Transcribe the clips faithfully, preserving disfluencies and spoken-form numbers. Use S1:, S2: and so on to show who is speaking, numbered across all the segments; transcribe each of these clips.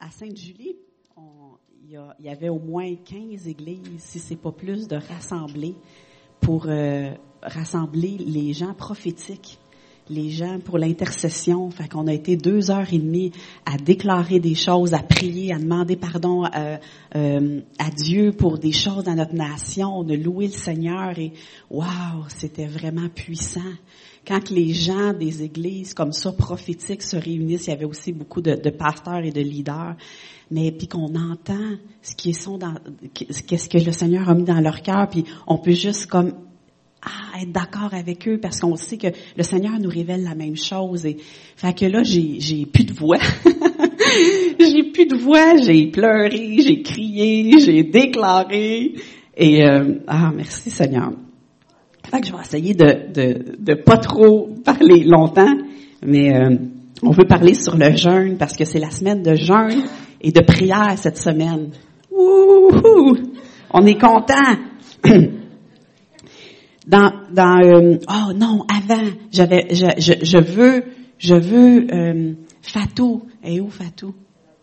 S1: à Sainte-Julie, on, il, y a, il y avait au moins quinze églises, si c'est pas plus, de rassemblées pour euh, rassembler les gens prophétiques, les gens pour l'intercession. Fait qu'on a été deux heures et demie à déclarer des choses, à prier, à demander pardon euh, euh, à Dieu pour des choses dans notre nation. On a loué le Seigneur et waouh, c'était vraiment puissant. Quand les gens des églises comme ça, prophétiques, se réunissent, il y avait aussi beaucoup de, de pasteurs et de leaders, mais puis qu'on entend ce qui sont dans, qu'est-ce que le Seigneur a mis dans leur cœur, puis on peut juste comme ah, être d'accord avec eux parce qu'on sait que le Seigneur nous révèle la même chose. Et fait que là, j'ai, j'ai plus de voix. j'ai plus de voix. J'ai pleuré, j'ai crié, j'ai déclaré. Et euh, ah, merci Seigneur. Fait que je vais essayer de de de pas trop parler longtemps, mais euh, on veut parler sur le jeûne parce que c'est la semaine de jeûne et de prière cette semaine. Wouhou! On est content. Dans dans euh, oh non, avant, j'avais je je, je veux je veux euh, Fatou. Et où Fatou?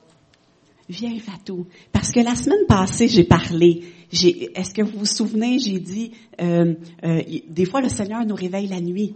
S1: Viens Fatou. Parce que la semaine passée, j'ai parlé. J'ai, est-ce que vous vous souvenez, j'ai dit, euh, euh, des fois le Seigneur nous réveille la nuit.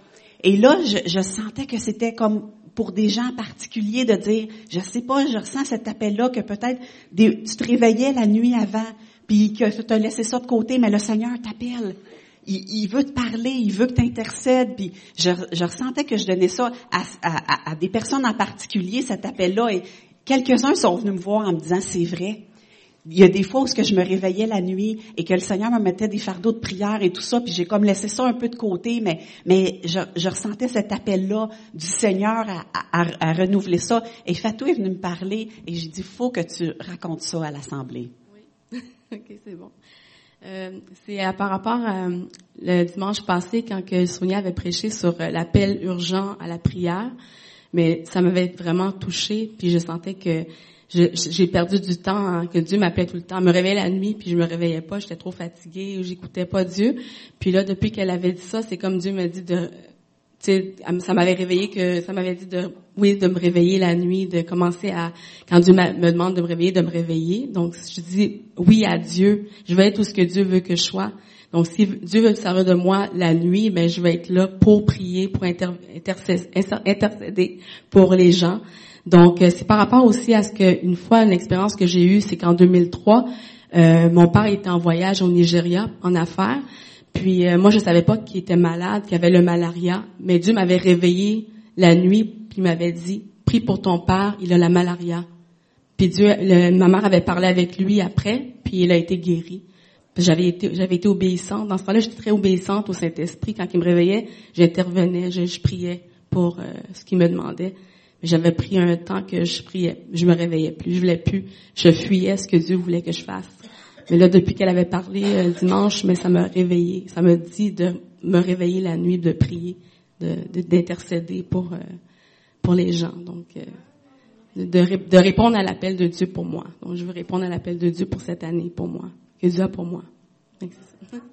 S1: Et là, je, je sentais que c'était comme pour des gens particuliers de dire, je sais pas, je ressens cet appel-là que peut-être des, tu te réveillais la nuit avant, puis que tu as laissé ça de côté, mais le Seigneur t'appelle. Il, il veut te parler, il veut que tu intercèdes. Puis je, je ressentais que je donnais ça à, à, à des personnes en particulier, cet appel-là. Et quelques-uns sont venus me voir en me disant, c'est vrai. Il y a des fois où que je me réveillais la nuit et que le Seigneur me mettait des fardeaux de prière et tout ça, puis j'ai comme laissé ça un peu de côté, mais mais je, je ressentais cet appel-là du Seigneur à, à, à renouveler ça. Et Fatou est venu me parler et j'ai dit, faut que tu racontes ça à l'Assemblée.
S2: Oui, ok, c'est bon. Euh, c'est à, par rapport à le dimanche passé quand que Sonia avait prêché sur l'appel urgent à la prière, mais ça m'avait vraiment touchée, puis je sentais que je, j'ai perdu du temps, hein, que Dieu m'appelait tout le temps. Je me réveillais la nuit, puis je me réveillais pas, j'étais trop fatiguée, j'écoutais pas Dieu. Puis là, depuis qu'elle avait dit ça, c'est comme Dieu m'a dit de, tu sais, ça m'avait réveillé que, ça m'avait dit de, oui, de me réveiller la nuit, de commencer à, quand Dieu me demande de me réveiller, de me réveiller. Donc, je dis oui à Dieu. Je vais être tout ce que Dieu veut que je sois. Donc, si Dieu veut servir de moi la nuit, ben, je vais être là pour prier, pour inter, intercéder, intercéder pour les gens. Donc, c'est par rapport aussi à ce que, une fois, une expérience que j'ai eue, c'est qu'en deux mille trois, euh, mon père était en voyage au Nigeria, en affaires. Puis, euh, moi, je savais pas qu'il était malade, qu'il avait le malaria. Mais Dieu m'avait réveillé la nuit, puis il m'avait dit, prie pour ton père, il a la malaria. Puis Dieu, le, ma mère avait parlé avec lui après, puis il a été guéri. Puis j'avais été, j'avais été obéissante. Dans ce temps-là, j'étais très obéissante au Saint-Esprit. Quand il me réveillait, j'intervenais, je, je priais pour euh, ce qu'il me demandait. Mais j'avais pris un temps que je priais, je me réveillais plus, je voulais plus, je fuyais ce que Dieu voulait que je fasse. Mais là, depuis qu'elle avait parlé euh, dimanche, mais ça m'a réveillée, ça m'a dit de me réveiller la nuit, de prier, de, de d'intercéder pour euh, pour les gens. Donc, euh, de, de répondre à l'appel de Dieu pour moi. Donc, je veux répondre à l'appel de Dieu pour cette année, pour moi, que Dieu a pour moi. Donc, c'est ça.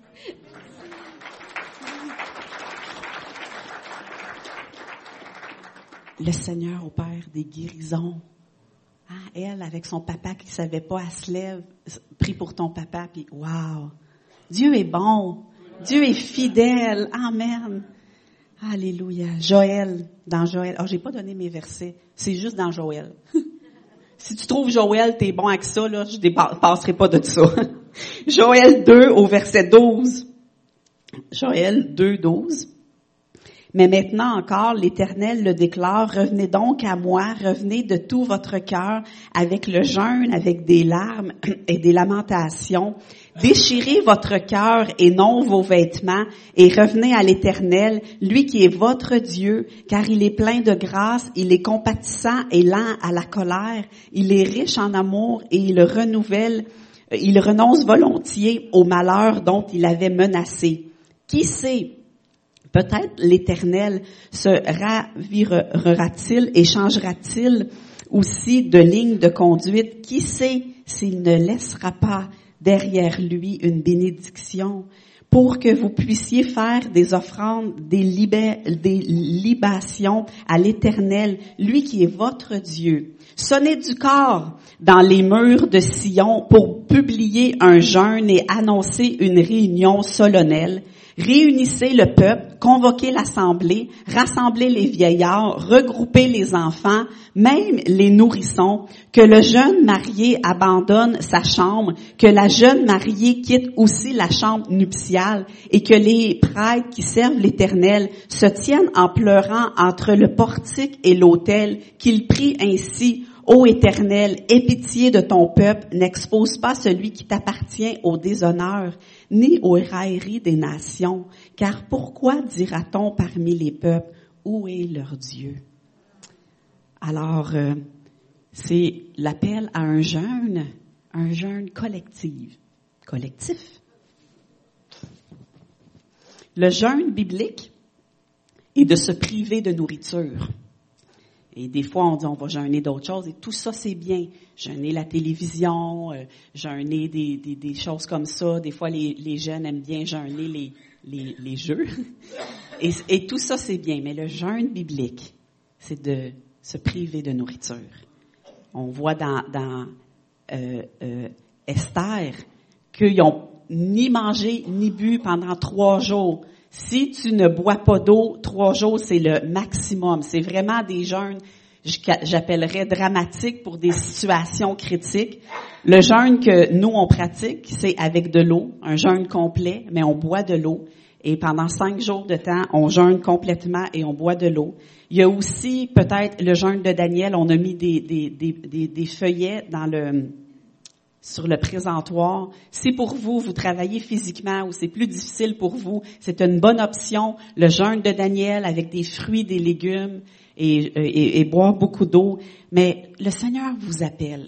S1: Le Seigneur opère des guérisons. Ah, elle, avec son papa qui savait pas, elle se lève, prie pour ton papa, puis wow! Dieu est bon. Dieu est fidèle. Amen. Alléluia. Joël, dans Joël. Oh, j'ai pas donné mes versets. C'est juste dans Joël. Si tu trouves Joël, t'es bon avec ça, là, je dépasserai pas de ça. Joël deux au verset douze. Joël deux, douze. Mais maintenant encore, l'Éternel le déclare, revenez donc à moi, revenez de tout votre cœur, avec le jeûne, avec des larmes et des lamentations. Déchirez votre cœur et non vos vêtements, et revenez à l'Éternel, lui qui est votre Dieu, car il est plein de grâce, il est compatissant et lent à la colère, il est riche en amour et il renouvelle, il renonce volontiers au malheur dont il avait menacé. Qui sait? Peut-être l'Éternel se ravirera-t-il et changera-t-il aussi de ligne de conduite? Qui sait s'il ne laissera pas derrière lui une bénédiction pour que vous puissiez faire des offrandes, des, libé- des libations à l'Éternel, lui qui est votre Dieu. Sonnez du corps dans les murs de Sion pour publier un jeûne et annoncer une réunion solennelle. Réunissez le peuple, convoquez l'assemblée, rassemblez les vieillards, regroupez les enfants, même les nourrissons, que le jeune marié abandonne sa chambre, que la jeune mariée quitte aussi la chambre nuptiale, et que les prêtres qui servent l'Éternel se tiennent en pleurant entre le portique et l'autel, qu'ils prient ainsi: Ô Éternel, aie pitié de ton peuple, n'expose pas celui qui t'appartient au déshonneur, ni aux railleries des nations. Car pourquoi dira-t-on parmi les peuples, où est leur Dieu? Alors, euh, c'est l'appel à un jeûne, un jeûne collectif. Collectif. Le jeûne biblique est de se priver de nourriture. Et des fois, on dit on va jeûner d'autres choses, et tout ça, c'est bien. Jeûner la télévision, euh, jeûner des, des, des choses comme ça. Des fois, les, les jeunes aiment bien jeûner les, les, les jeux. Et, et tout ça, c'est bien. Mais le jeûne biblique, c'est de se priver de nourriture. On voit dans, dans euh, euh, Esther qu'ils n'ont ni mangé ni bu pendant trois jours. Si tu ne bois pas d'eau, trois jours, c'est le maximum. C'est vraiment des jeûnes, j'appellerais dramatiques pour des situations critiques. Le jeûne que nous, on pratique, c'est avec de l'eau, un jeûne complet, mais on boit de l'eau. Et pendant cinq jours de temps, on jeûne complètement et on boit de l'eau. Il y a aussi peut-être le jeûne de Daniel. On a mis des, des, des, des, des feuillets dans le... sur le présentoir. Si pour vous, vous travaillez physiquement ou c'est plus difficile pour vous, c'est une bonne option. Le jeûne de Daniel avec des fruits, des légumes et, et, et boire beaucoup d'eau. Mais le Seigneur vous appelle.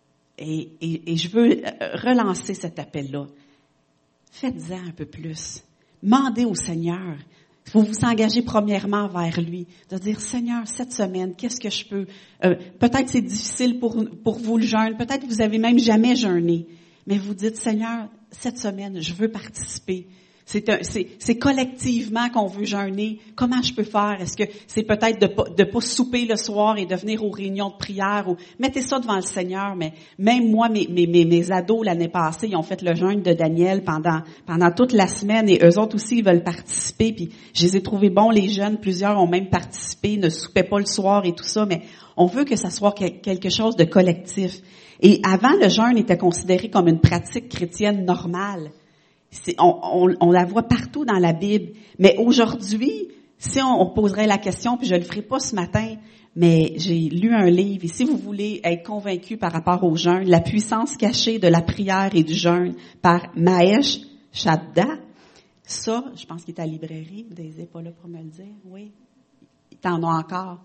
S1: Et, et, et je veux relancer cet appel-là. Faites-en un peu plus. Demandez au Seigneur. Il faut vous engager premièrement vers lui, de dire, Seigneur, cette semaine, qu'est-ce que je peux... Euh, peut-être c'est difficile pour, pour vous le jeûne, peut-être que vous avez même jamais jeûné, mais vous dites, Seigneur, cette semaine, je veux participer. C'est, un, c'est, c'est collectivement qu'on veut jeûner. Comment je peux faire? Est-ce que c'est peut-être de pas, de pas souper le soir et de venir aux réunions de prière? Ou mettez ça devant le Seigneur. Mais même moi, mes, mes, mes, mes ados, l'année passée, ils ont fait le jeûne de Daniel pendant pendant toute la semaine. Et eux autres aussi, ils veulent participer. Puis je les ai trouvés bons, les jeunes. Plusieurs ont même participé, ne soupaient pas le soir et tout ça. Mais on veut que ça soit quelque chose de collectif. Et avant, le jeûne était considéré comme une pratique chrétienne normale. C'est, on, on, on la voit partout dans la Bible. Mais aujourd'hui, si on, on poserait la question, puis je le ferai pas ce matin, mais j'ai lu un livre, et si vous voulez être convaincu par rapport au jeûne, La puissance cachée de la prière et du jeûne, par Mahesh Chabda, ça, je pense qu'il est à la librairie, Daisy n'est pas là pour me le dire, oui, t'en as encore.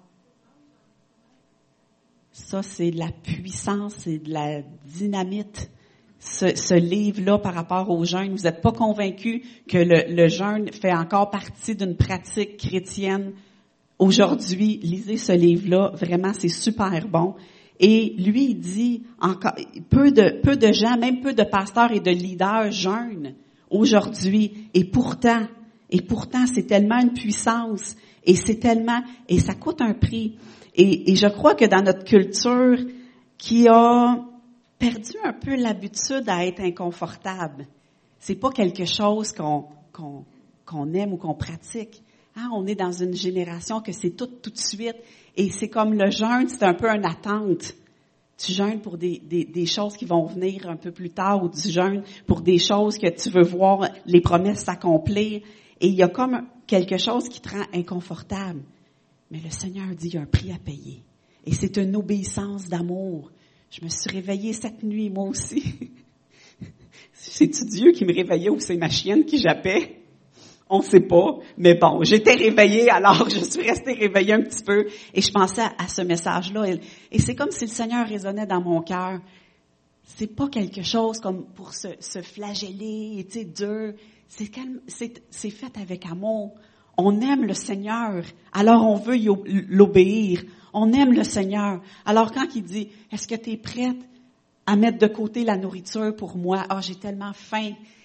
S1: Ça, c'est de la puissance, c'est de la dynamite. Ce, ce livre-là par rapport au jeûne, vous n'êtes pas convaincu que le, le jeûne fait encore partie d'une pratique chrétienne aujourd'hui? Lisez ce livre-là, vraiment, c'est super bon. Et lui, il dit, encore, peu de, peu de gens, même peu de pasteurs et de leaders jeûnent aujourd'hui. Et pourtant, et pourtant, c'est tellement une puissance, et c'est tellement, et ça coûte un prix. Et, et je crois que dans notre culture qui a perdu un peu l'habitude à être inconfortable. C'est pas quelque chose qu'on, qu'on, qu'on aime ou qu'on pratique. Hein, on est dans une génération que c'est tout, tout de suite. Et c'est comme le jeûne, c'est un peu une attente. Tu jeûnes pour des, des, des choses qui vont venir un peu plus tard, ou tu jeûnes pour des choses que tu veux voir les promesses s'accomplir. Et il y a comme quelque chose qui te rend inconfortable. Mais le Seigneur dit, il y a un prix à payer. Et c'est une obéissance d'amour. Je me suis réveillée cette nuit, moi aussi. C'est-tu Dieu qui me réveillait ou c'est ma chienne qui jappait? On ne sait pas. Mais bon, j'étais réveillée, alors je suis restée réveillée un petit peu. Et je pensais à, à ce message-là. Et, et c'est comme si le Seigneur résonnait dans mon cœur. C'est pas quelque chose comme pour se, se flageller, tu sais, dur. C'est, c'est, c'est fait avec amour. On aime le Seigneur, alors on veut y l'obéir. On aime le Seigneur. Alors quand il dit, est-ce que tu es prête à mettre de côté la nourriture pour moi? Ah, oh, j'ai tellement faim.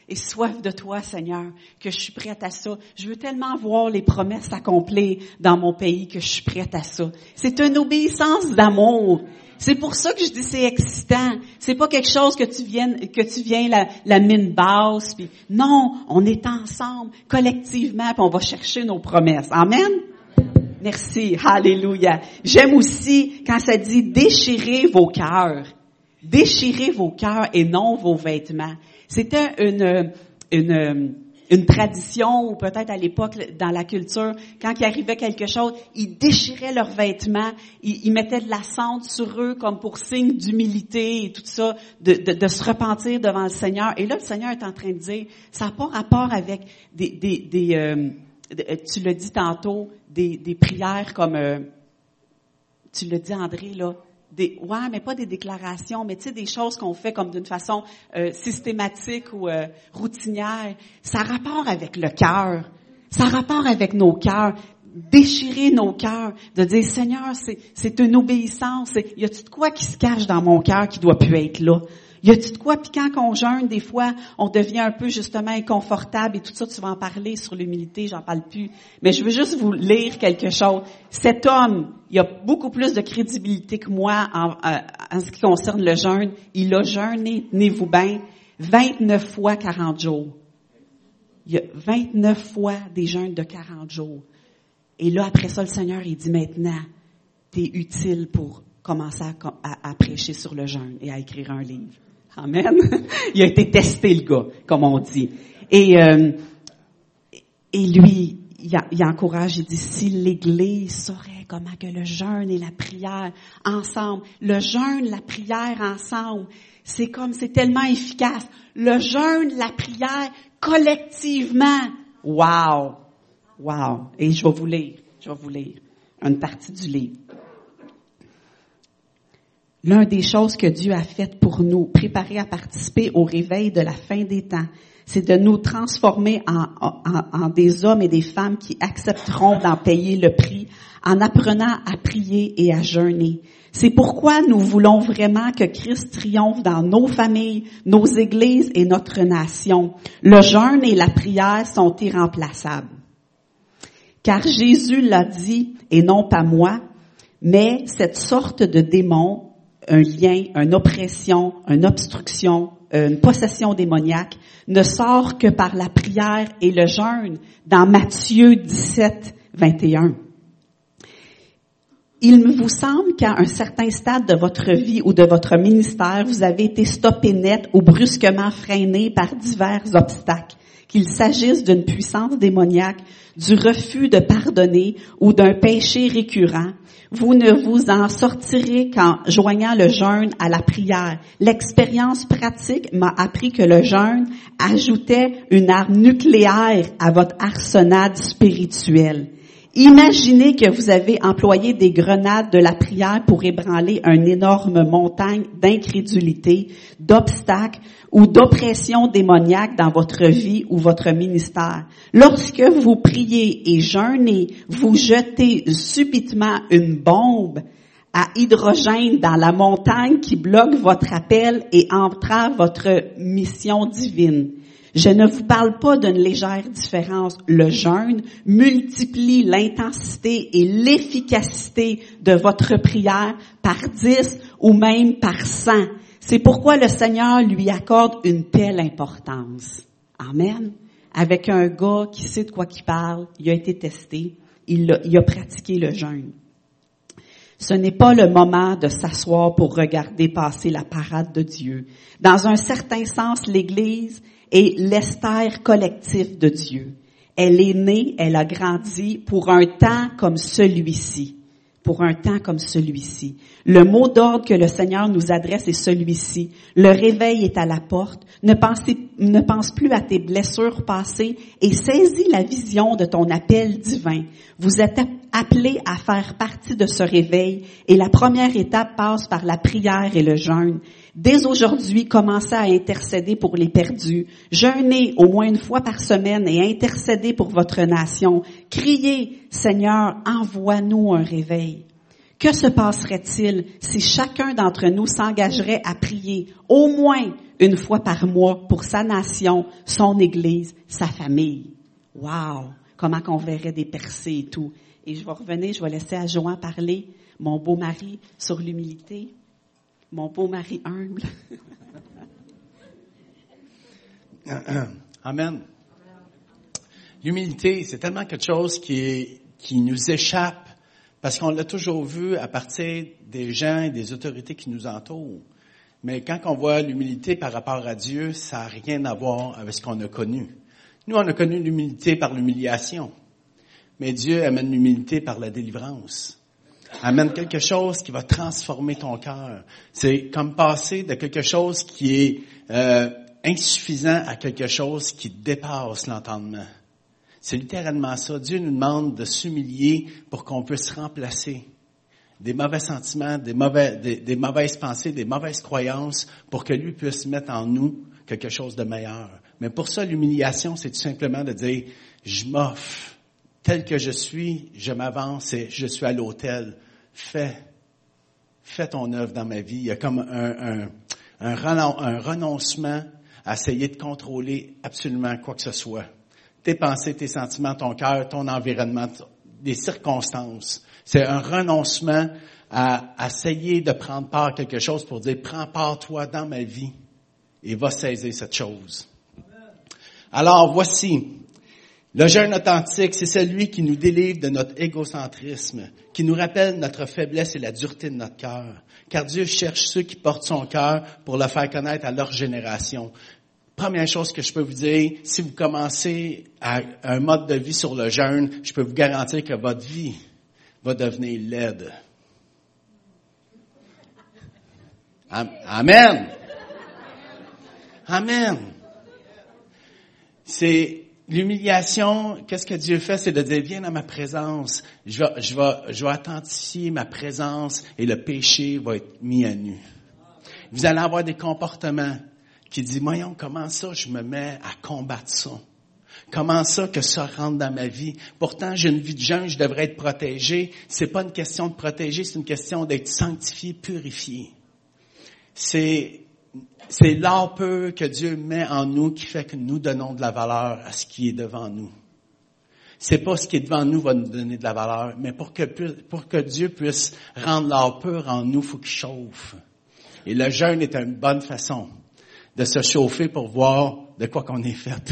S1: et soif de toi, Seigneur, que je suis prête à ça. Je veux tellement voir les promesses s'accomplir dans mon pays que je suis prête à ça. C'est une obéissance d'amour. C'est pour ça que je dis c'est excitant. C'est pas quelque chose que tu viennes, que tu viens la, la mine basse. Puis non, on est ensemble, collectivement, puis on va chercher nos promesses. Amen? Merci. Alléluia. J'aime aussi quand ça dit déchirez vos cœurs. Déchirez vos cœurs et non vos vêtements. C'était une, une, une tradition, ou peut-être à l'époque, dans la culture, quand il arrivait quelque chose, ils déchiraient leurs vêtements, ils, ils mettaient de la cendre sur eux comme pour signe d'humilité et tout ça, de, de, de se repentir devant le Seigneur. Et là, le Seigneur est en train de dire, ça n'a pas rapport avec des... des, des euh, tu l'as dit tantôt, des, des prières comme, euh, tu l'as dit André, là, des, ouais, mais pas des déclarations, mais tu sais, des choses qu'on fait comme d'une façon euh, systématique ou euh, routinière. Ça a rapport avec le cœur, ça a rapport avec nos cœurs, déchirer nos cœurs, de dire, Seigneur, c'est, c'est une obéissance, y a-tu de quoi qui se cache dans mon cœur qui doit plus être là? Y a-tu de quoi? Puis quand on jeûne, des fois, on devient un peu justement inconfortable et tout ça, tu vas en parler sur l'humilité, j'en parle plus. Mais je veux juste vous lire quelque chose. Cet homme, il a beaucoup plus de crédibilité que moi en, en, en ce qui concerne le jeûne. Il a jeûné, tenez-vous bien, vingt-neuf fois quarante jours. Il y a vingt-neuf fois des jeûnes de quarante jours. Et là, après ça, le Seigneur, il dit maintenant, t'es utile pour commencer à, à, à prêcher sur le jeûne et à écrire un livre. Amen. Il a été testé, le gars, comme on dit. Et, euh, et lui, il, a, il encourage, il dit, si l'Église saurait comment que le jeûne et la prière ensemble, le jeûne, la prière ensemble, c'est comme, c'est tellement efficace. Le jeûne, la prière, collectivement. Wow! Wow! Et je vais vous lire, je vais vous lire une partie du livre. L'une des choses que Dieu a faites pour nous, préparer à participer au réveil de la fin des temps, c'est de nous transformer en, en, en des hommes et des femmes qui accepteront d'en payer le prix en apprenant à prier et à jeûner. C'est pourquoi nous voulons vraiment que Christ triomphe dans nos familles, nos églises et notre nation. Le jeûne et la prière sont irremplaçables. Car Jésus l'a dit, et non pas moi, mais cette sorte de démon, un lien, une oppression, une obstruction, une possession démoniaque, ne sort que par la prière et le jeûne dans Matthieu dix-sept, vingt et un. Il vous semble qu'à un certain stade de votre vie ou de votre ministère, vous avez été stoppé net ou brusquement freiné par divers obstacles, qu'il s'agisse d'une puissance démoniaque, du refus de pardonner ou d'un péché récurrent. Vous ne vous en sortirez qu'en joignant le jeûne à la prière. L'expérience pratique m'a appris que le jeûne ajoutait une arme nucléaire à votre arsenal spirituel. Imaginez que vous avez employé des grenades de la prière pour ébranler une énorme montagne d'incrédulité, d'obstacles ou d'oppression démoniaque dans votre vie ou votre ministère. Lorsque vous priez et jeûnez, vous jetez subitement une bombe à hydrogène dans la montagne qui bloque votre appel et entrave votre mission divine. Je ne vous parle pas d'une légère différence. Le jeûne multiplie l'intensité et l'efficacité de votre prière par dix ou même par cent. C'est pourquoi le Seigneur lui accorde une telle importance. Amen. Avec un gars qui sait de quoi il parle, il a été testé, il a, il a pratiqué le jeûne. Ce n'est pas le moment de s'asseoir pour regarder passer la parade de Dieu. Dans un certain sens, l'Église est l'esther collectif de Dieu. Elle est née, elle a grandi pour un temps comme celui-ci. Pour un temps comme celui-ci. Le mot d'ordre que le Seigneur nous adresse est celui-ci. Le réveil est à la porte. Ne pensez, ne pense plus à tes blessures passées et saisis la vision de ton appel divin. Vous êtes appelés à faire partie de ce réveil et la première étape passe par la prière et le jeûne. Dès aujourd'hui, commencez à intercéder pour les perdus. Jeûnez au moins une fois par semaine et intercédez pour votre nation. Criez, Seigneur, envoie-nous un réveil. Que se passerait-il si chacun d'entre nous s'engagerait à prier au moins une fois par mois pour sa nation, son Église, sa famille? Wow! Comment qu'on verrait des percées et tout. Et je vais revenir, je vais laisser à Joan parler, mon beau mari, sur l'humilité. Mon beau mari humble.
S3: Amen. L'humilité, c'est tellement quelque chose qui, est, qui nous échappe parce qu'on l'a toujours vu à partir des gens et des autorités qui nous entourent. Mais quand on voit l'humilité par rapport à Dieu, ça n'a rien à voir avec ce qu'on a connu. Nous, on a connu l'humilité par l'humiliation. Mais Dieu amène l'humilité par la délivrance. Amène quelque chose qui va transformer ton cœur. C'est comme passer de quelque chose qui est euh, insuffisant à quelque chose qui dépasse l'entendement. C'est littéralement ça. Dieu nous demande de s'humilier pour qu'on puisse remplacer des mauvais sentiments, des, mauvais, des, des mauvaises pensées, des mauvaises croyances, pour que lui puisse mettre en nous quelque chose de meilleur. Mais pour ça, l'humiliation, c'est tout simplement de dire, je m'offre. Tel que je suis, je m'avance et je suis à l'autel. Fais, fais ton œuvre dans ma vie. Il y a comme un, un, un, renon, un renoncement à essayer de contrôler absolument quoi que ce soit. Tes pensées, tes sentiments, ton cœur, ton environnement, des circonstances. C'est un renoncement à, à essayer de prendre part à quelque chose pour dire, prends part toi dans ma vie et va saisir cette chose. Alors voici. Le jeûne authentique, c'est celui qui nous délivre de notre égocentrisme, qui nous rappelle notre faiblesse et la dureté de notre cœur. Car Dieu cherche ceux qui portent son cœur pour le faire connaître à leur génération. Première chose que je peux vous dire, si vous commencez à un mode de vie sur le jeûne, je peux vous garantir que votre vie va devenir laide. Amen. Amen. C'est l'humiliation, qu'est-ce que Dieu fait? C'est de dire, viens dans ma présence. Je vais, je vais, je vais authentifier ma présence et le péché va être mis à nu. Vous allez avoir des comportements qui disent, voyons, comment ça je me mets à combattre ça? Comment ça que ça rentre dans ma vie? Pourtant, j'ai une vie de jeûne, je devrais être protégé. C'est pas une question de protéger, c'est une question d'être sanctifié, purifié. C'est, c'est l'art pur que Dieu met en nous qui fait que nous donnons de la valeur à ce qui est devant nous. C'est pas ce qui est devant nous va nous donner de la valeur, mais pour que, pour que Dieu puisse rendre l'art pur en nous, il faut qu'il chauffe. Et le jeûne est une bonne façon de se chauffer pour voir de quoi qu'on est fait.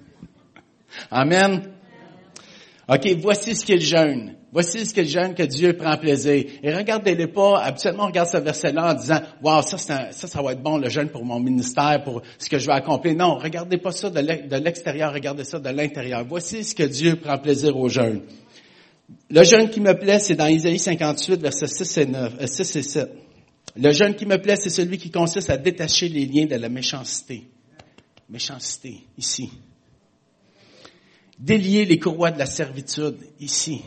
S3: Amen. OK, voici ce qu'est le jeûne. Voici ce qu'est le jeûne que Dieu prend plaisir. Et regardez-les pas, habituellement on regarde ce verset-là en disant, « Wow, ça, c'est un, ça, ça va être bon, le jeûne pour mon ministère, pour ce que je vais accomplir. » Non, regardez pas ça de l'extérieur, regardez ça de l'intérieur. Voici ce que Dieu prend plaisir au jeûne. Le jeûne qui me plaît, c'est dans Isaïe cinquante-huit, versets six et neuf, euh, six et sept. Le jeûne qui me plaît, c'est celui qui consiste à détacher les liens de la méchanceté. Méchanceté, ici. Délier les courroies de la servitude, ici.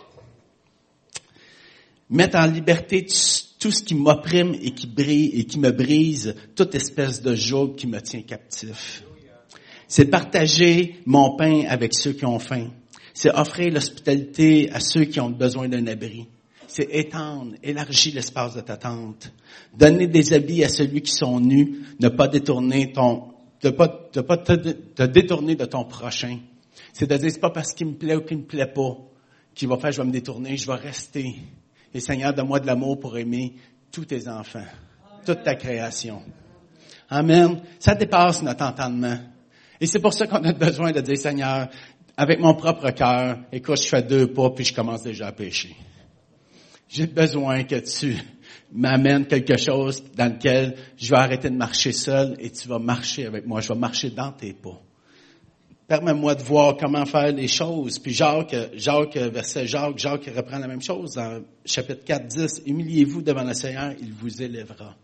S3: Mettre en liberté tout ce qui m'opprime et qui brille et qui me brise, toute espèce de joug qui me tient captif. C'est partager mon pain avec ceux qui ont faim. C'est offrir l'hospitalité à ceux qui ont besoin d'un abri. C'est étendre, élargir l'espace de ta tente. Donner des habits à celui qui sont nus. Ne pas détourner ton, ne pas, ne pas te, te détourner de ton prochain. C'est de dire, c'est pas parce qu'il me plaît ou qu'il me plaît pas qu'il va faire, je vais me détourner, je vais rester. Et Seigneur, donne-moi de l'amour pour aimer tous tes enfants, toute ta création. Amen. Ça dépasse notre entendement. Et c'est pour ça qu'on a besoin de dire, Seigneur, avec mon propre cœur, écoute, je fais deux pas puis je commence déjà à pécher. J'ai besoin que tu m'amènes quelque chose dans lequel je vais arrêter de marcher seul et tu vas marcher avec moi. Je vais marcher dans tes pas. Permets-moi de voir comment faire les choses. Puis Jacques, Jacques, verset Jacques, Jacques reprend la même chose dans chapitre quatre, dix. Humiliez-vous devant le Seigneur, il vous élèvera.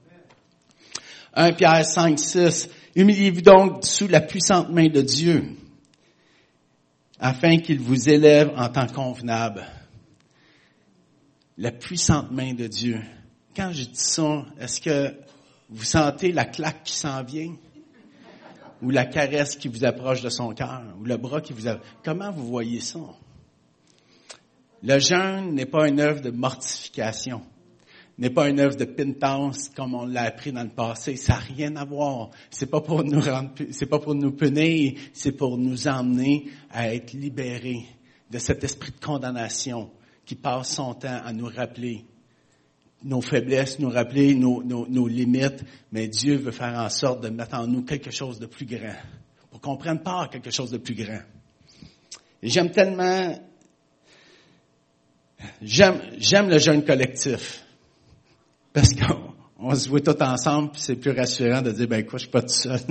S3: un Pierre cinq, six. Humiliez-vous donc sous la puissante main de Dieu, afin qu'il vous élève en temps convenable. La puissante main de Dieu. Quand je dis ça, est-ce que vous sentez la claque qui s'en vient? Ou la caresse qui vous approche de son cœur? Ou le bras qui vous approche? Comment vous voyez ça? Le jeûne n'est pas une œuvre de mortification, n'est pas une œuvre de pénitence comme on l'a appris dans le passé. Ça n'a rien à voir. C'est pas pour nous rendre, c'est pas pour nous punir, c'est pour nous emmener à être libérés de cet esprit de condamnation qui passe son temps à nous rappeler nos faiblesses, nous rappeler nos, nos, nos limites, mais Dieu veut faire en sorte de mettre en nous quelque chose de plus grand, pour qu'on prenne part à quelque chose de plus grand. Et j'aime tellement, j'aime, j'aime le jeûne collectif, parce qu'on on se voit tous ensemble, puis c'est plus rassurant de dire, ben quoi, je suis pas tout seul.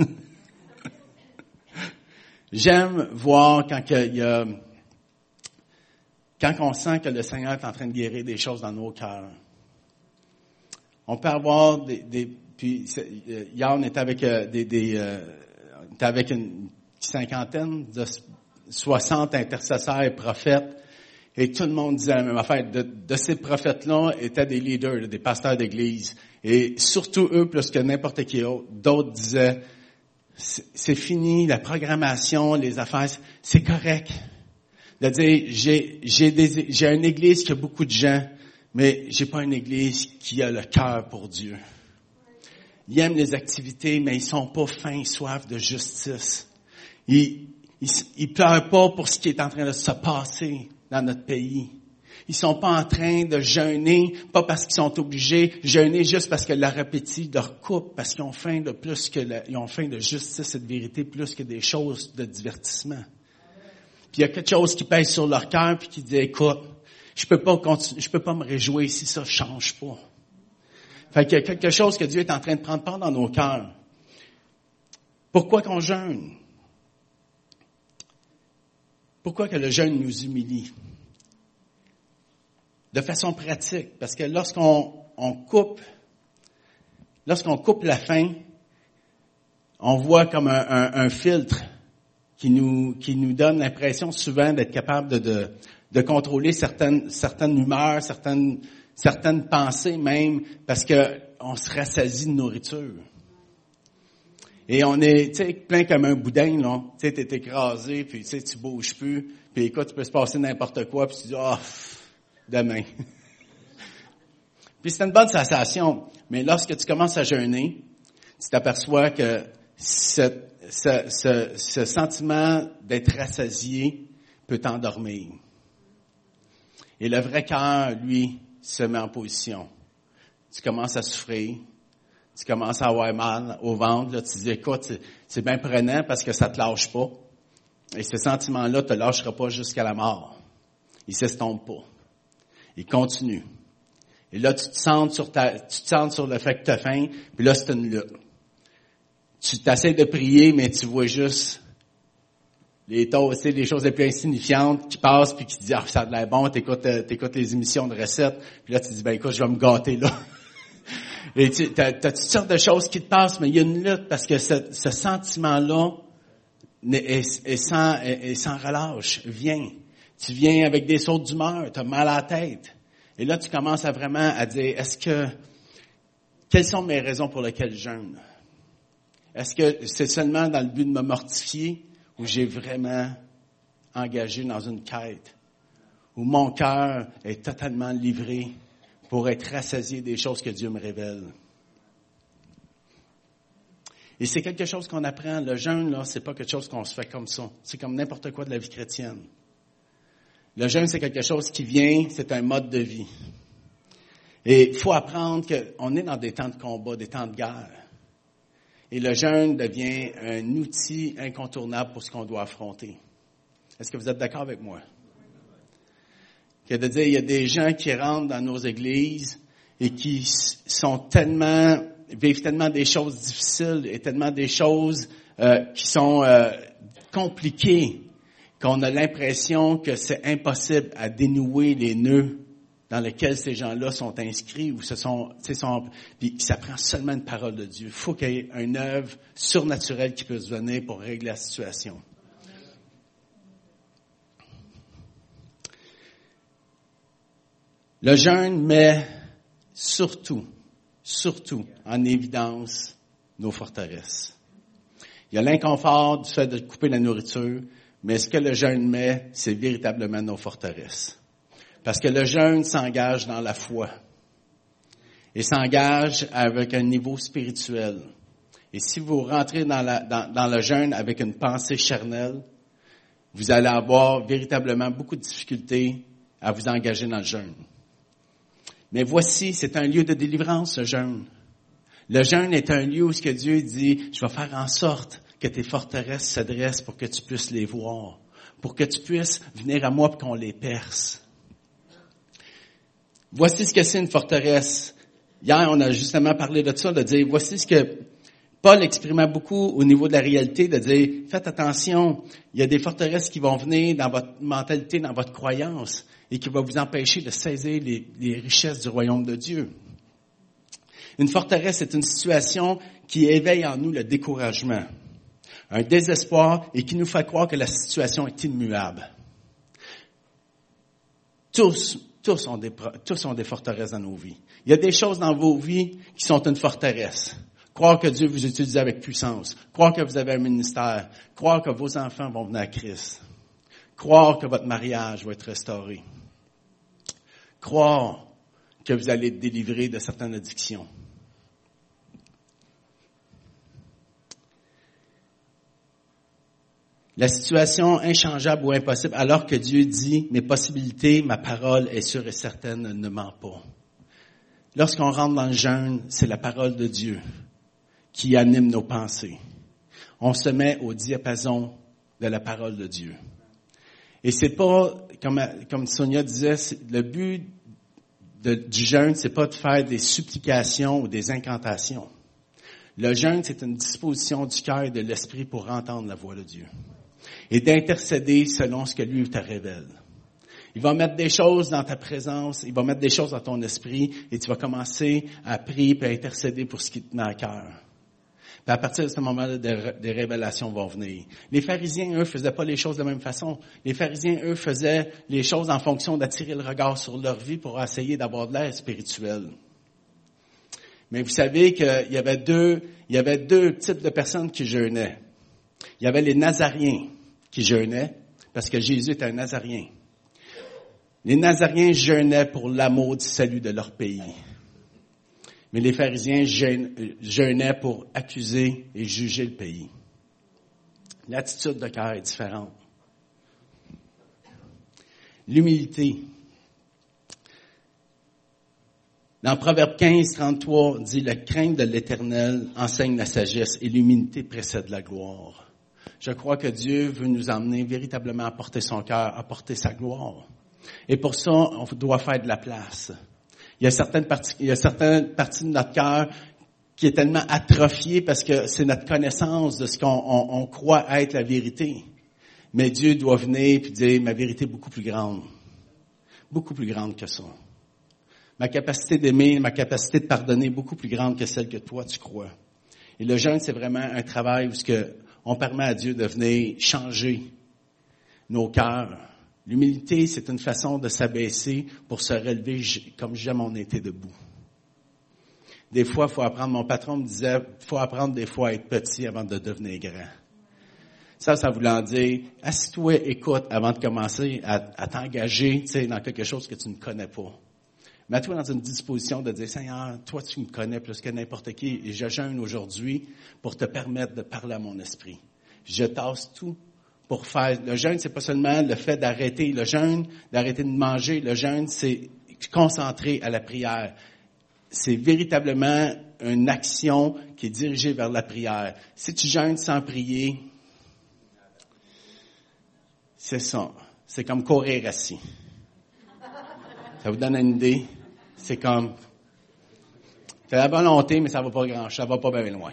S3: J'aime voir quand il y a, quand on sent que le Seigneur est en train de guérir des choses dans nos cœurs. On peut avoir des, des puis hier on était avec euh, des, des euh, on était avec une cinquantaine de soixante intercesseurs et prophètes, et tout le monde disait la même affaire. De, de ces prophètes-là étaient des leaders, des pasteurs d'église, et surtout eux plus que n'importe qui autre. D'autres disaient c'est, c'est fini la programmation, les affaires, c'est correct. De dire j'ai j'ai des, j'ai une église qui a beaucoup de gens. Mais j'ai pas une église qui a le cœur pour Dieu. Ils aiment les activités, mais ils sont pas fins, soif de justice. Ils, ils, ils pleurent pas pour ce qui est en train de se passer dans notre pays. Ils sont pas en train de jeûner, pas parce qu'ils sont obligés, jeûner juste parce que leur appétit leur coupe, parce qu'ils ont faim de plus que la, ils ont faim de justice et de vérité plus que des choses de divertissement. Puis il y a quelque chose qui pèse sur leur cœur puis qui dit, écoute, Je peux pas continuer, je peux pas me réjouir si ça change pas. Fait qu'il y a quelque chose que Dieu est en train de prendre part dans nos cœurs. Pourquoi qu'on jeûne? Pourquoi que le jeûne nous humilie? De façon pratique, parce que lorsqu'on on coupe, lorsqu'on coupe la faim, on voit comme un, un, un filtre qui nous qui nous donne l'impression souvent d'être capable de, de de contrôler certaines certaines humeurs, certaines certaines pensées même, parce que on se rassasie de nourriture. Et on est, tu sais, plein comme un boudin, là. Tu sais, t'es écrasé, puis tu sais, tu bouges plus, puis écoute, tu peux se passer n'importe quoi, puis tu dis, ah, oh, demain. Puis c'est une bonne sensation, mais lorsque tu commences à jeûner, tu t'aperçois que ce, ce, ce, ce sentiment d'être rassasié peut t'endormir. Et le vrai cœur, lui, se met en position. Tu commences à souffrir, tu commences à avoir mal au ventre, là, tu te dis, écoute, c'est, c'est bien prenant parce que ça te lâche pas. Et ce sentiment-là te lâchera pas jusqu'à la mort. Il s'estompe pas. Il continue. Et là, tu te sens sur ta, tu te sens sur le fait que tu as faim, puis là, c'est une lutte. Tu t'essaies de prier, mais tu vois juste les taux, tu sais, les choses les plus insignifiantes qui passent, puis qui te disent, ah, ça a l'air bon, t'écoutes, t'écoutes les émissions de recettes, puis là, tu te dis, ben écoute, je vais me gâter là. Et tu as, t'as toutes sortes de choses qui te passent, mais il y a une lutte, parce que ce, ce sentiment-là est, est, sans, est, est sans relâche. Viens. Tu viens avec des sautes d'humeur, tu as mal à la tête. Et là, tu commences à vraiment à dire, est-ce que, quelles sont mes raisons pour lesquelles je jeûne? Est-ce que c'est seulement dans le but de me mortifier, ou j'ai vraiment engagé dans une quête, où mon cœur est totalement livré pour être rassasié des choses que Dieu me révèle? Et c'est quelque chose qu'on apprend. Le jeûne, là, c'est pas quelque chose qu'on se fait comme ça. C'est comme n'importe quoi de la vie chrétienne. Le jeûne, c'est quelque chose qui vient, c'est un mode de vie. Et il faut apprendre qu'on est dans des temps de combat, des temps de guerre. Et le jeûne devient un outil incontournable pour ce qu'on doit affronter. Est-ce que vous êtes d'accord avec moi? Que de dire, il y a des gens qui rentrent dans nos églises et qui sont tellement, vivent tellement des choses difficiles et tellement des choses euh, qui sont euh, compliquées qu'on a l'impression que c'est impossible à dénouer les nœuds dans lesquels ces gens-là sont inscrits ou se sont, tu sais, sont, puis ça prend seulement une parole de Dieu. Il faut qu'il y ait une œuvre surnaturelle qui puisse venir pour régler la situation. Le jeûne met surtout, surtout en évidence nos forteresses. Il y a l'inconfort du fait de couper la nourriture, mais ce que le jeûne met, c'est véritablement nos forteresses. Parce que le jeûne s'engage dans la foi. Et s'engage avec un niveau spirituel. Et si vous rentrez dans, la, dans, dans le jeûne avec une pensée charnelle, vous allez avoir véritablement beaucoup de difficultés à vous engager dans le jeûne. Mais voici, c'est un lieu de délivrance, ce jeûne. Le jeûne est un lieu où ce que Dieu dit, je vais faire en sorte que tes forteresses se dressent pour que tu puisses les voir, pour que tu puisses venir à moi pour qu'on les perce. Voici ce que c'est une forteresse. Hier, on a justement parlé de ça, de dire, voici ce que Paul exprimait beaucoup au niveau de la réalité, de dire, faites attention, il y a des forteresses qui vont venir dans votre mentalité, dans votre croyance, et qui vont vous empêcher de saisir les, les richesses du royaume de Dieu. Une forteresse est une situation qui éveille en nous le découragement, un désespoir, et qui nous fait croire que la situation est immuable. Tous, tous ont des, tous ont des forteresses dans nos vies. Il y a des choses dans vos vies qui sont une forteresse. Croire que Dieu vous utilise avec puissance. Croire que vous avez un ministère. Croire que vos enfants vont venir à Christ. Croire que votre mariage va être restauré. Croire que vous allez être délivré de certaines addictions. La situation inchangeable ou impossible, alors que Dieu dit, mes possibilités, ma parole est sûre et certaine, ne ment pas. Lorsqu'on rentre dans le jeûne, c'est la parole de Dieu qui anime nos pensées. On se met au diapason de la parole de Dieu. Et c'est pas, comme, comme Sonia disait, le but de, du jeûne, c'est pas de faire des supplications ou des incantations. Le jeûne, c'est une disposition du cœur et de l'esprit pour entendre la voix de Dieu. Et d'intercéder selon ce que lui te révèle. Il va mettre des choses dans ta présence, il va mettre des choses dans ton esprit, et tu vas commencer à prier et à intercéder pour ce qui te met à cœur. Puis à partir de ce moment-là, des, des révélations vont venir. Les pharisiens, eux, faisaient pas les choses de la même façon. Les pharisiens, eux, faisaient les choses en fonction d'attirer le regard sur leur vie pour essayer d'avoir de l'air spirituel. Mais vous savez qu'il y avait deux, il y avait deux types de personnes qui jeûnaient. Il y avait les Nazariens qui jeûnaient, parce que Jésus était un Nazarien. Les Nazariens jeûnaient pour l'amour du salut de leur pays. Mais les pharisiens jeûnaient pour accuser et juger le pays. L'attitude de cœur est différente. L'humilité. Dans Proverbe quinze, trente-trois, on dit « La crainte de l'Éternel enseigne la sagesse et l'humilité précède la gloire. » Je crois que Dieu veut nous emmener véritablement à porter son cœur, à porter sa gloire. Et pour ça, on doit faire de la place. Il y a certaines parties, il y a certaines parties de notre cœur qui est tellement atrophiée parce que c'est notre connaissance de ce qu'on on, on croit être la vérité. Mais Dieu doit venir et dire, ma vérité est beaucoup plus grande. Beaucoup plus grande que ça. Ma capacité d'aimer, ma capacité de pardonner est beaucoup plus grande que celle que toi tu crois. Et le jeûne, c'est vraiment un travail où ce que on permet à Dieu de venir changer nos cœurs. L'humilité, c'est une façon de s'abaisser pour se relever comme jamais on était debout. Des fois, il faut apprendre, mon patron me disait, il faut apprendre des fois à être petit avant de devenir grand. Ça, ça voulant dire, assis-toi, écoute avant de commencer à, à t'engager, tu sais, dans quelque chose que tu ne connais pas. Mets-toi dans une disposition de dire, Seigneur, toi, tu me connais plus que n'importe qui, et je jeûne aujourd'hui pour te permettre de parler à mon esprit. Je tasse tout. Pour faire, le jeûne, c'est pas seulement le fait d'arrêter le jeûne, d'arrêter de manger. Le jeûne, c'est concentrer à la prière. C'est véritablement une action qui est dirigée vers la prière. Si tu jeûnes sans prier, c'est ça. C'est comme courir assis. Ça vous donne une idée? C'est comme, c'est la volonté, mais ça va pas grand, ça va pas bien loin.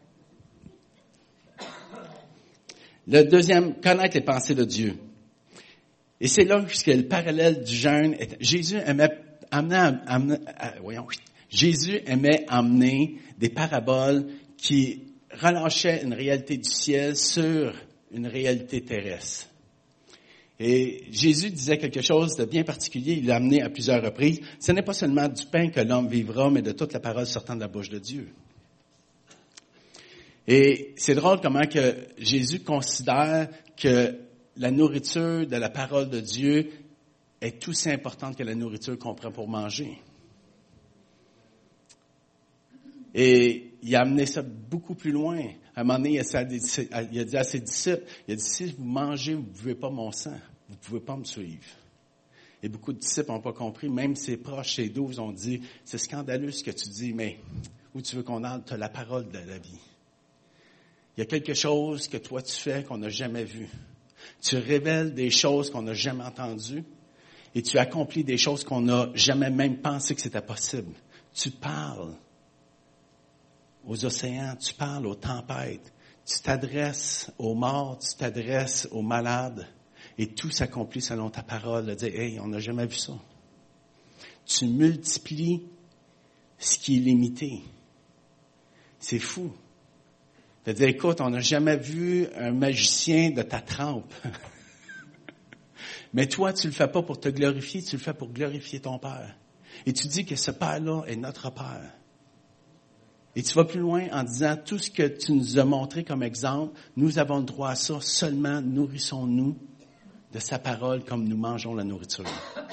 S3: Le deuxième, connaître les pensées de Dieu. Et c'est là que le parallèle du jeûne est. Jésus aimait amener, amener, voyons, Jésus aimait amener des paraboles qui relâchaient une réalité du ciel sur une réalité terrestre. Et Jésus disait quelque chose de bien particulier, il l'a amené à plusieurs reprises. Ce n'est pas seulement du pain que l'homme vivra, mais de toute la parole sortant de la bouche de Dieu. Et c'est drôle comment que Jésus considère que la nourriture de la parole de Dieu est aussi importante que la nourriture qu'on prend pour manger. Et il a amené ça beaucoup plus loin. À un moment donné, il a dit à ses disciples, il a dit, si vous mangez, vous ne buvez pas mon sang, vous ne pouvez pas me suivre. Et beaucoup de disciples n'ont pas compris, même ses proches, ses douze ont dit, c'est scandaleux ce que tu dis, mais où tu veux qu'on aille, tu as la parole de la vie. Il y a quelque chose que toi tu fais qu'on n'a jamais vu. Tu révèles des choses qu'on n'a jamais entendues et tu accomplis des choses qu'on n'a jamais même pensé que c'était possible. Tu parles aux océans, tu parles aux tempêtes, tu t'adresses aux morts, tu t'adresses aux malades. Et tout s'accomplit selon ta parole, de dire, hey, on n'a jamais vu ça. Tu multiplies ce qui est limité. C'est fou. De dire, écoute, on n'a jamais vu un magicien de ta trempe. Mais toi, tu le fais pas pour te glorifier, tu le fais pour glorifier ton Père. Et tu dis que ce Père-là est notre Père. Et tu vas plus loin en disant, tout ce que tu nous as montré comme exemple, nous avons le droit à ça, seulement nourrissons-nous de sa parole comme nous mangeons la nourriture.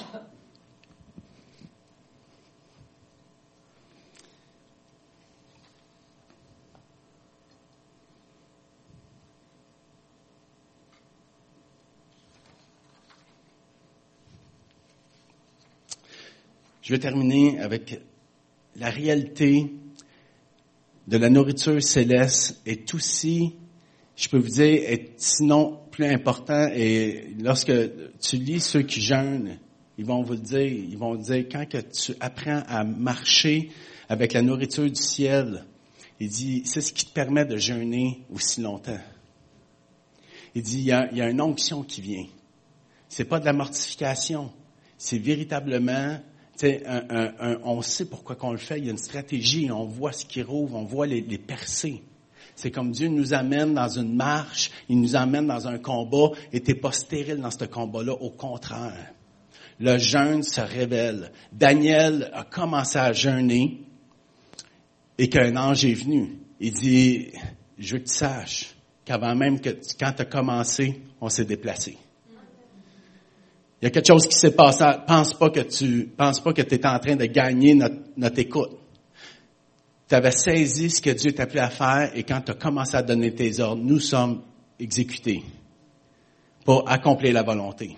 S3: Je vais terminer avec la réalité de la nourriture céleste est aussi, je peux vous dire, est sinon plus important. Et lorsque tu lis ceux qui jeûnent, ils vont vous le dire, ils vont vous dire, quand que tu apprends à marcher avec la nourriture du ciel, il dit, c'est ce qui te permet de jeûner aussi longtemps. Il dit, il y a, il y a une onction qui vient. C'est pas de la mortification. C'est véritablement, tu sais, un, un, un, on sait pourquoi qu'on le fait. Il y a une stratégie, on voit ce qui rouvre, on voit les, les percées. C'est comme Dieu nous amène dans une marche, il nous amène dans un combat, et t'es pas stérile dans ce combat-là, au contraire. Le jeûne se révèle. Daniel a commencé à jeûner, et qu'un ange est venu. Il dit, je veux que tu saches qu'avant même que, quand tu as commencé, on s'est déplacé. Il y a quelque chose qui s'est passé. Pense pas que tu, pense pas que tu es en train de gagner notre, notre écoute. Tu avais saisi ce que Dieu t'a appelé à faire et quand tu as commencé à donner tes ordres, nous sommes exécutés pour accomplir la volonté.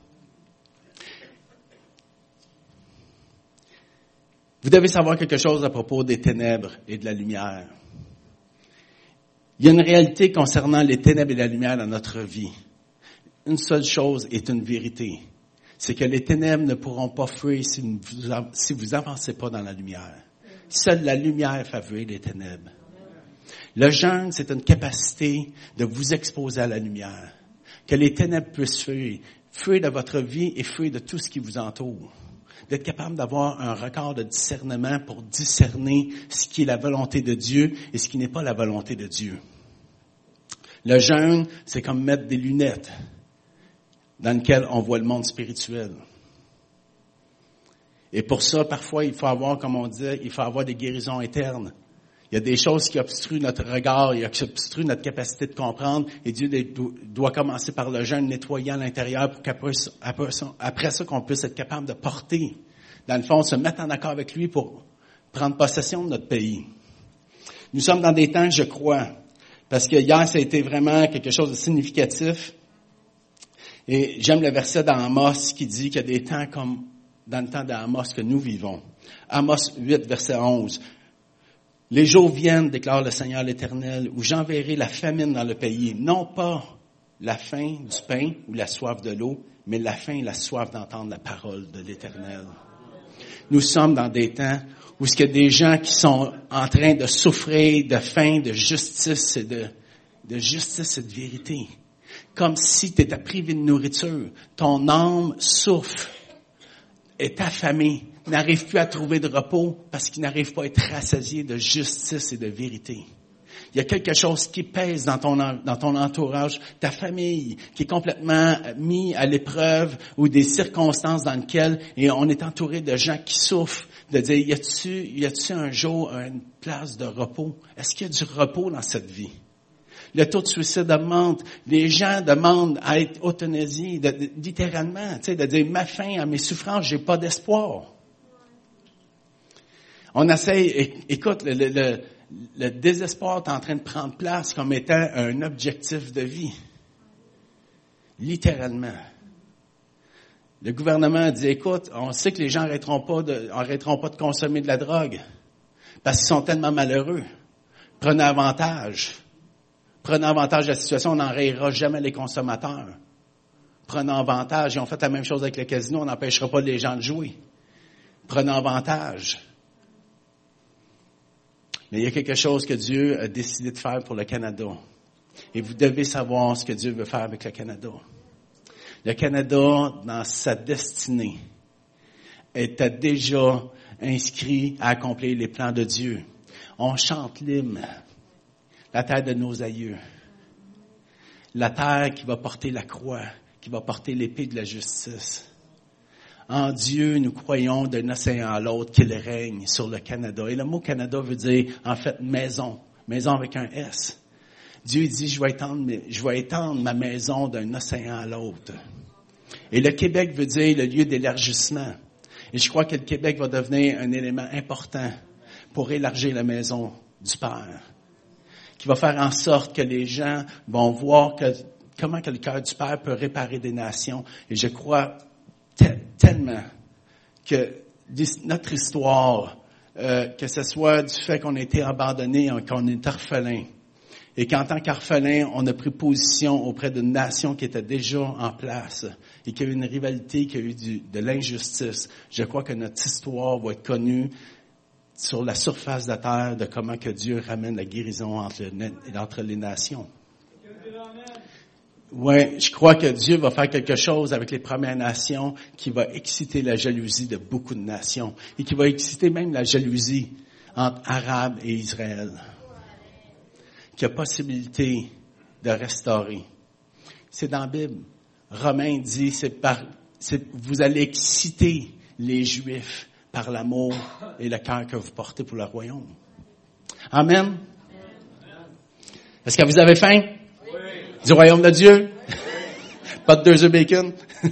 S3: Vous devez savoir quelque chose à propos des ténèbres et de la lumière. Il y a une réalité concernant les ténèbres et la lumière dans notre vie. Une seule chose est une vérité. C'est que les ténèbres ne pourront pas fuir si vous, si vous avancez pas dans la lumière. Seule la lumière fait fuir les ténèbres. Le jeûne, c'est une capacité de vous exposer à la lumière. Que les ténèbres puissent fuir. Fuir de votre vie et fuir de tout ce qui vous entoure. D'être capable d'avoir un regard de discernement pour discerner ce qui est la volonté de Dieu et ce qui n'est pas la volonté de Dieu. Le jeûne, c'est comme mettre des lunettes dans lesquelles on voit le monde spirituel. Et pour ça, parfois, il faut avoir, comme on dit, il faut avoir des guérisons internes. Il y a des choses qui obstruent notre regard, qui obstruent notre capacité de comprendre, et Dieu doit commencer par le jeûne, nettoyer à l'intérieur pour qu'après après ça, après ça, qu'on puisse être capable de porter, dans le fond, se mettre en accord avec lui pour prendre possession de notre pays. Nous sommes dans des temps, je crois, parce que hier, ça a été vraiment quelque chose de significatif. Et j'aime le verset dans Amos qui dit qu'il y a des temps comme dans le temps d'Amos que nous vivons. Amos huit, verset onze. « Les jours viennent, déclare le Seigneur l'Éternel, où j'enverrai la famine dans le pays, non pas la faim du pain ou la soif de l'eau, mais la faim et la soif d'entendre la parole de l'Éternel. » Nous sommes dans des temps où il y a des gens qui sont en train de souffrir de faim, de justice et de, de justice et de vérité. Comme si tu étais privé de nourriture. Ton âme souffre, est affamée, n'arrive plus à trouver de repos parce qu'il n'arrive pas à être rassasié de justice et de vérité. Il y a quelque chose qui pèse dans ton, dans ton entourage, ta famille, qui est complètement mis à l'épreuve ou des circonstances dans lesquelles et on est entouré de gens qui souffrent, de dire, y a-tu, y a-tu un jour une place de repos? Est-ce qu'il y a du repos dans cette vie? Le taux de suicide augmente. Les gens demandent à être euthanasiés, de, de, littéralement, tu sais, de dire, ma faim, à mes souffrances, j'ai pas d'espoir. On essaye, écoute, le, le, le, le désespoir est en train de prendre place comme étant un objectif de vie. Littéralement. Le gouvernement dit, écoute, on sait que les gens arrêteront pas de, arrêteront pas de consommer de la drogue parce qu'ils sont tellement malheureux. Prenez avantage. Prenez avantage de la situation, on n'enrayera jamais les consommateurs. Prenez avantage. Ils ont fait la même chose avec le casino, on n'empêchera pas les gens de jouer. Prenez avantage. Mais il y a quelque chose que Dieu a décidé de faire pour le Canada. Et vous devez savoir ce que Dieu veut faire avec le Canada. Le Canada, dans sa destinée, était déjà inscrit à accomplir les plans de Dieu. On chante l'hymne, la terre de nos aïeux. La terre qui va porter la croix, qui va porter l'épée de la justice. En Dieu, nous croyons d'un océan à l'autre qu'il règne sur le Canada. Et le mot Canada veut dire, en fait, maison. Maison avec un S. Dieu dit, je vais étendre, je vais étendre ma maison d'un océan à l'autre. Et le Québec veut dire le lieu d'élargissement. Et je crois que le Québec va devenir un élément important pour élargir la maison du Père. Qui va faire en sorte que les gens vont voir que, comment que le cœur du Père peut réparer des nations. Et je crois te- tellement que notre histoire, euh, que ce soit du fait qu'on a été abandonné, qu'on est orphelin, et qu'en tant qu'orphelin, on a pris position auprès d'une nation qui était déjà en place et qu'il y a eu une rivalité, qu'il y a eu du, de l'injustice. Je crois que notre histoire va être connue sur la surface de la terre de comment que Dieu ramène la guérison entre, le, entre les nations. Oui, je crois que Dieu va faire quelque chose avec les Premières Nations qui va exciter la jalousie de beaucoup de nations et qui va exciter même la jalousie entre Arabes et Israël. Qu'il y a possibilité de restaurer. C'est dans la Bible. Romains dit, c'est par, c'est, vous allez exciter les Juifs par l'amour et le cœur que vous portez pour le royaume. Amen. Est-ce que vous avez faim? Oui. Du royaume de Dieu? Oui. Pas de deux œufs bacon?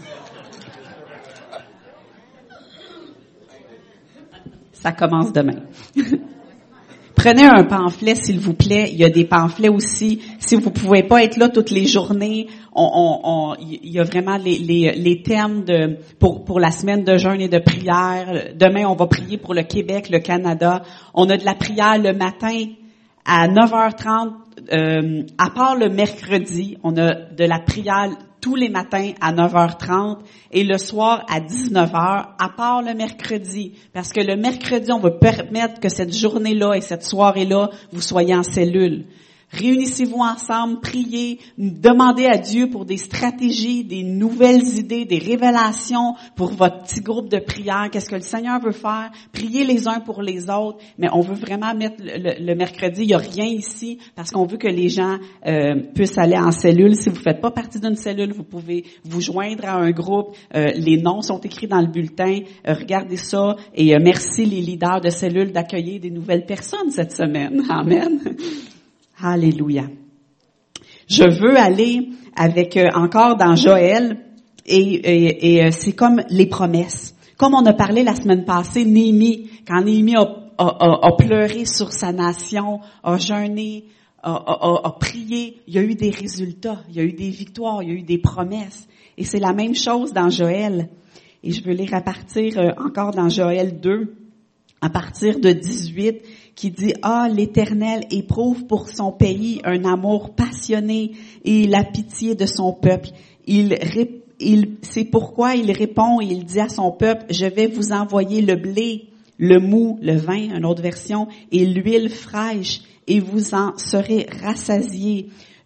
S1: Ça commence demain. Prenez un pamphlet, s'il vous plaît. Il y a des pamphlets aussi. Si vous pouvez pas être là toutes les journées, on, on, on, il y a vraiment les, les, les thèmes de, pour, pour la semaine de jeûne et de prière. Demain, on va prier pour le Québec, le Canada. On a de la prière le matin à neuf heures trente. Euh, à part le mercredi, on a de la prière tous les matins à neuf heures trente et le soir à dix-neuf heures, à part le mercredi. Parce que le mercredi, on va permettre que cette journée-là et cette soirée-là, vous soyez en cellule. Réunissez-vous ensemble, priez, demandez à Dieu pour des stratégies, des nouvelles idées, des révélations pour votre petit groupe de prière. Qu'est-ce que le Seigneur veut faire? Priez les uns pour les autres. Mais on veut vraiment mettre le, le, le mercredi, il n'y a rien ici parce qu'on veut que les gens euh, puissent aller en cellule. Si vous ne faites pas partie d'une cellule, vous pouvez vous joindre à un groupe. Euh, les noms sont écrits dans le bulletin. Euh, regardez ça. Et euh, merci les leaders de cellules d'accueillir des nouvelles personnes cette semaine. Amen. Alléluia. Je veux aller avec euh, encore dans Joël et, et, et euh, c'est comme les promesses. Comme on a parlé la semaine passée, Néhémie, quand Néhémie a, a, a, a pleuré sur sa nation, a jeûné, a, a, a prié, il y a eu des résultats, il y a eu des victoires, il y a eu des promesses. Et c'est la même chose dans Joël. Et je veux lire à partir euh, encore dans Joël deux, à partir de dix-huit, qui dit « Ah, l'Éternel éprouve pour son pays un amour passionné et la pitié de son peuple. Il, il, c'est pourquoi il répond et il dit à son peuple « Je vais vous envoyer le blé, le mou, le vin, une autre version, et l'huile fraîche, et vous en serez rassasiés.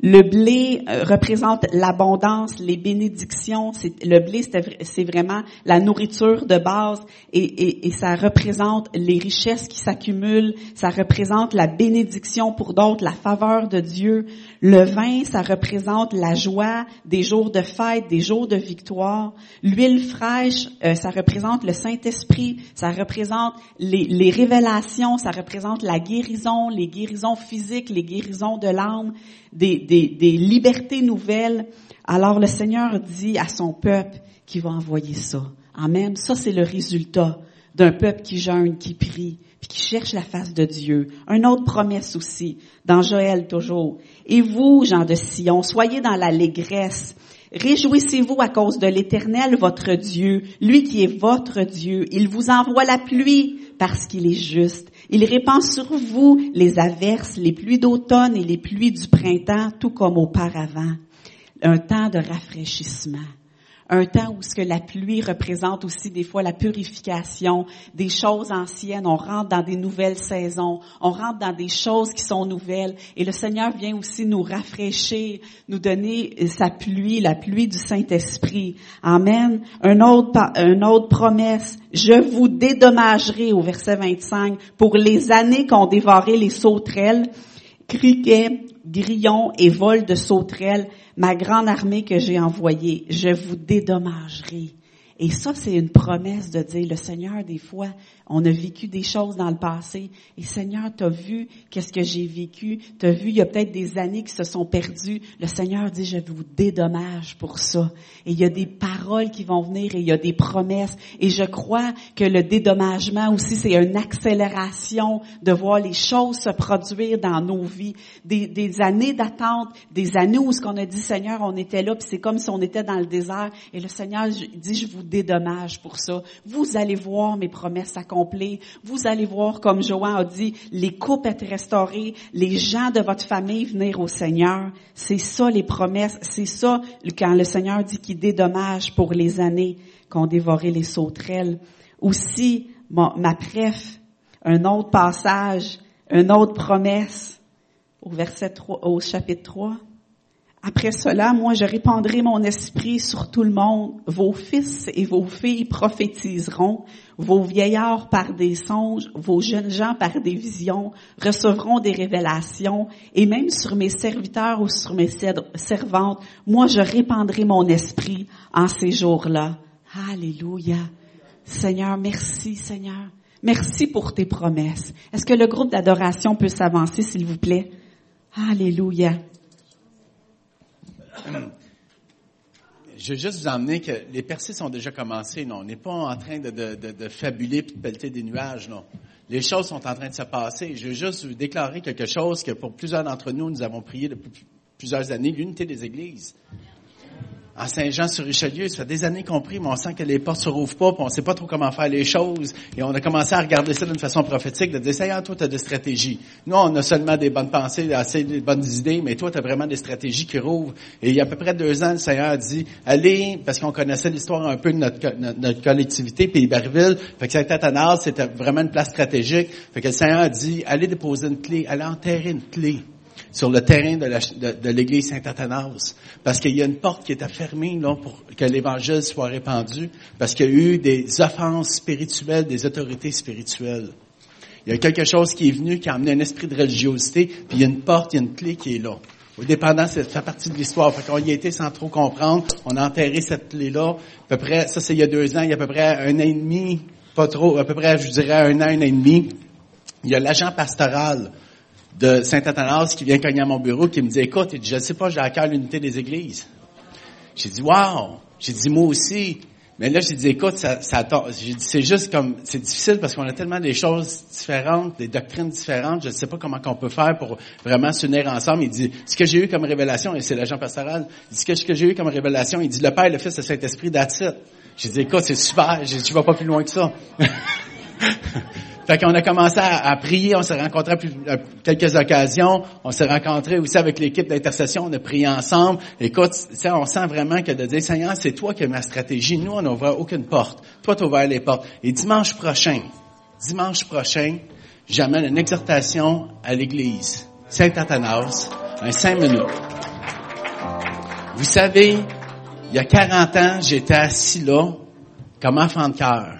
S1: Le blé euh, représente l'abondance, les bénédictions. C'est, le blé, c'est, c'est vraiment la nourriture de base et, et, et ça représente les richesses qui s'accumulent. Ça représente la bénédiction pour d'autres, la faveur de Dieu. Le vin, ça représente la joie des jours de fête, des jours de victoire. L'huile fraîche, euh, ça représente le Saint-Esprit. Ça représente les, les révélations. Ça représente la guérison, les guérisons physiques, les guérisons de l'âme. Des, des, des libertés nouvelles. Alors le Seigneur dit à son peuple qu'il va envoyer ça. Amen. Ça, c'est le résultat d'un peuple qui jeûne, qui prie, puis qui cherche la face de Dieu. Une autre promesse aussi, dans Joël toujours. Et vous, gens de Sion, soyez dans l'allégresse. Réjouissez-vous à cause de l'Éternel, votre Dieu, lui qui est votre Dieu. Il vous envoie la pluie parce qu'il est juste. Il répand sur vous les averses, les pluies d'automne et les pluies du printemps, tout comme auparavant. Un temps de rafraîchissement. Un temps où ce que la pluie représente aussi des fois la purification des choses anciennes. On rentre dans des nouvelles saisons. On rentre dans des choses qui sont nouvelles. Et le Seigneur vient aussi nous rafraîchir, nous donner sa pluie, la pluie du Saint-Esprit. Amen. Un autre, une autre promesse. Je vous dédommagerai au verset vingt-cinq pour les années qu'ont dévoré les sauterelles, criquets, grillons et vols de sauterelles, ma grande armée que j'ai envoyée, je vous dédommagerai. Et ça, c'est une promesse de dire, le Seigneur, des fois, on a vécu des choses dans le passé. Et Seigneur, t'as vu qu'est-ce que j'ai vécu. T'as vu, il y a peut-être des années qui se sont perdues. Le Seigneur dit, je vous dédommage pour ça. Et il y a des paroles qui vont venir et il y a des promesses. Et je crois que le dédommagement aussi, c'est une accélération de voir les choses se produire dans nos vies. Des, des années d'attente, des années où ce qu'on a dit, Seigneur, on était là, puis c'est comme si on était dans le désert. Et le Seigneur dit, je vous dédommage pour ça. Vous allez voir mes promesses s'accomplir. Vous allez voir, comme Johan a dit, les couples être restaurés, les gens de votre famille venir au Seigneur. C'est ça les promesses. C'est ça quand le Seigneur dit qu'il dédommage pour les années qu'ont dévoré les sauterelles. Aussi, ma, ma préf, un autre passage, une autre promesse au verset trois, au chapitre trois. Après cela, moi, je répandrai mon esprit sur tout le monde. Vos fils et vos filles prophétiseront, vos vieillards par des songes, vos jeunes gens par des visions, recevront des révélations, et même sur mes serviteurs ou sur mes servantes, moi, je répandrai mon esprit en ces jours-là. Alléluia. Seigneur, merci, Seigneur. Merci pour tes promesses. Est-ce que le groupe d'adoration peut s'avancer, s'il vous plaît? Alléluia.
S3: Je veux juste vous emmener que les percées sont déjà commencées, non. On n'est pas en train de, de, de, de fabuler puis de pelleter des nuages, non. Les choses sont en train de se passer. Je veux juste vous déclarer quelque chose que pour plusieurs d'entre nous, nous avons prié depuis plusieurs années, l'unité des églises. En Saint-Jean-sur-Richelieu, ça fait des années qu'on prie, mais on sent que les portes se rouvrent pas, puis on sait pas trop comment faire les choses. Et on a commencé à regarder ça d'une façon prophétique, de dire, Seigneur, toi, tu as des stratégies. Nous, on a seulement des bonnes pensées, assez de bonnes idées, mais toi, tu as vraiment des stratégies qui rouvrent. Et il y a à peu près deux ans, le Seigneur a dit, allez, parce qu'on connaissait l'histoire un peu de notre, notre, notre collectivité, puis Iberville, fait que Saint-Athanas, c'était vraiment une place stratégique. Fait que le Seigneur a dit, allez déposer une clé, allez enterrer une clé sur le terrain de, la, de, de l'église Saint-Athanas. Parce qu'il y a une porte qui était fermée là, pour que l'Évangile soit répandu, parce qu'il y a eu des offenses spirituelles, des autorités spirituelles. Il y a quelque chose qui est venu, qui a amené un esprit de religiosité, puis il y a une porte, il y a une clé qui est là. Au dépendant, ça fait partie de l'histoire. Fait qu'on y a été sans trop comprendre. On a enterré cette clé-là. À peu près, ça c'est il y a deux ans, il y a à peu près un an et demi, pas trop, à peu près, je dirais un an, un an et demi. Il y a l'agent pastoral de Saint-Athanas qui vient cogner à mon bureau, qui me dit, écoute, je ne sais pas, j'ai à cœur l'unité des églises. J'ai dit, wow! J'ai dit, moi aussi. Mais là, j'ai dit, écoute, ça, ça, j'ai dit, c'est juste comme, c'est difficile parce qu'on a tellement des choses différentes, des doctrines différentes, je ne sais pas comment qu'on peut faire pour vraiment s'unir ensemble. Il dit, ce que j'ai eu comme révélation, et c'est l'agent pastoral, il dit, ce que, ce que j'ai eu comme révélation, il dit, le Père, le Fils, le Saint-Esprit, that's it. J'ai dit, écoute, c'est super, j'ai dit, tu vas pas plus loin que ça. Fait qu'on a commencé à, à prier, on s'est rencontrés à, plus, à quelques occasions, on s'est rencontrés aussi avec l'équipe d'intercession, on a prié ensemble. Écoute, on sent vraiment que de dire, Seigneur, c'est toi qui as ma stratégie. Nous, on n'a ouvert aucune porte. Toi, tu as ouvert les portes. Et dimanche prochain, dimanche prochain, j'amène une exhortation à l'église Saint-Athanas, un cinq minutes. Vous savez, il y a quarante ans, j'étais assis là, comme enfant de cœur.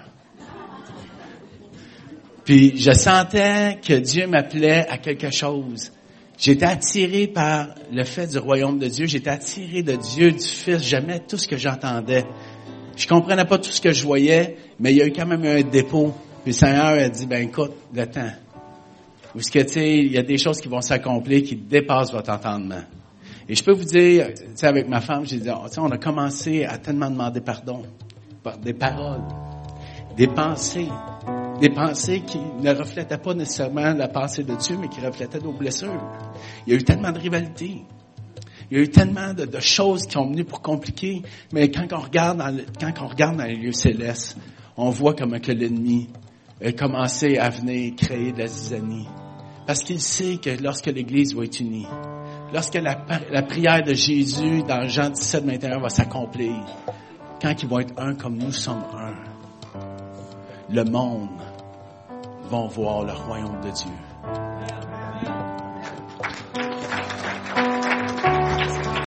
S3: Puis je sentais que Dieu m'appelait à quelque chose. J'étais attiré par le fait du royaume de Dieu. J'étais attiré de Dieu, du Fils. J'aimais tout ce que j'entendais. Je comprenais pas tout ce que je voyais, mais il y a eu quand même un dépôt. Puis le Seigneur a dit, ben écoute, le temps. Parce que, tu sais, il y a des choses qui vont s'accomplir qui dépassent votre entendement. Et je peux vous dire, tu sais, avec ma femme, j'ai dit, tu sais, on a commencé à tellement demander pardon par des paroles, des pensées, des pensées qui ne reflétaient pas nécessairement la pensée de Dieu, mais qui reflétaient nos blessures. Il y a eu tellement de rivalités. Il y a eu tellement de, de choses qui sont venues pour compliquer, mais quand on regarde dans le, quand on regarde dans les lieux célestes, on voit comment que l'ennemi a commencé à venir créer de la zizanie. Parce qu'il sait que lorsque l'Église va être unie, lorsque la, la prière de Jésus dans Jean dix-sept, vingt et un va s'accomplir, quand ils vont être un comme nous sommes un, le monde va voir le royaume de Dieu.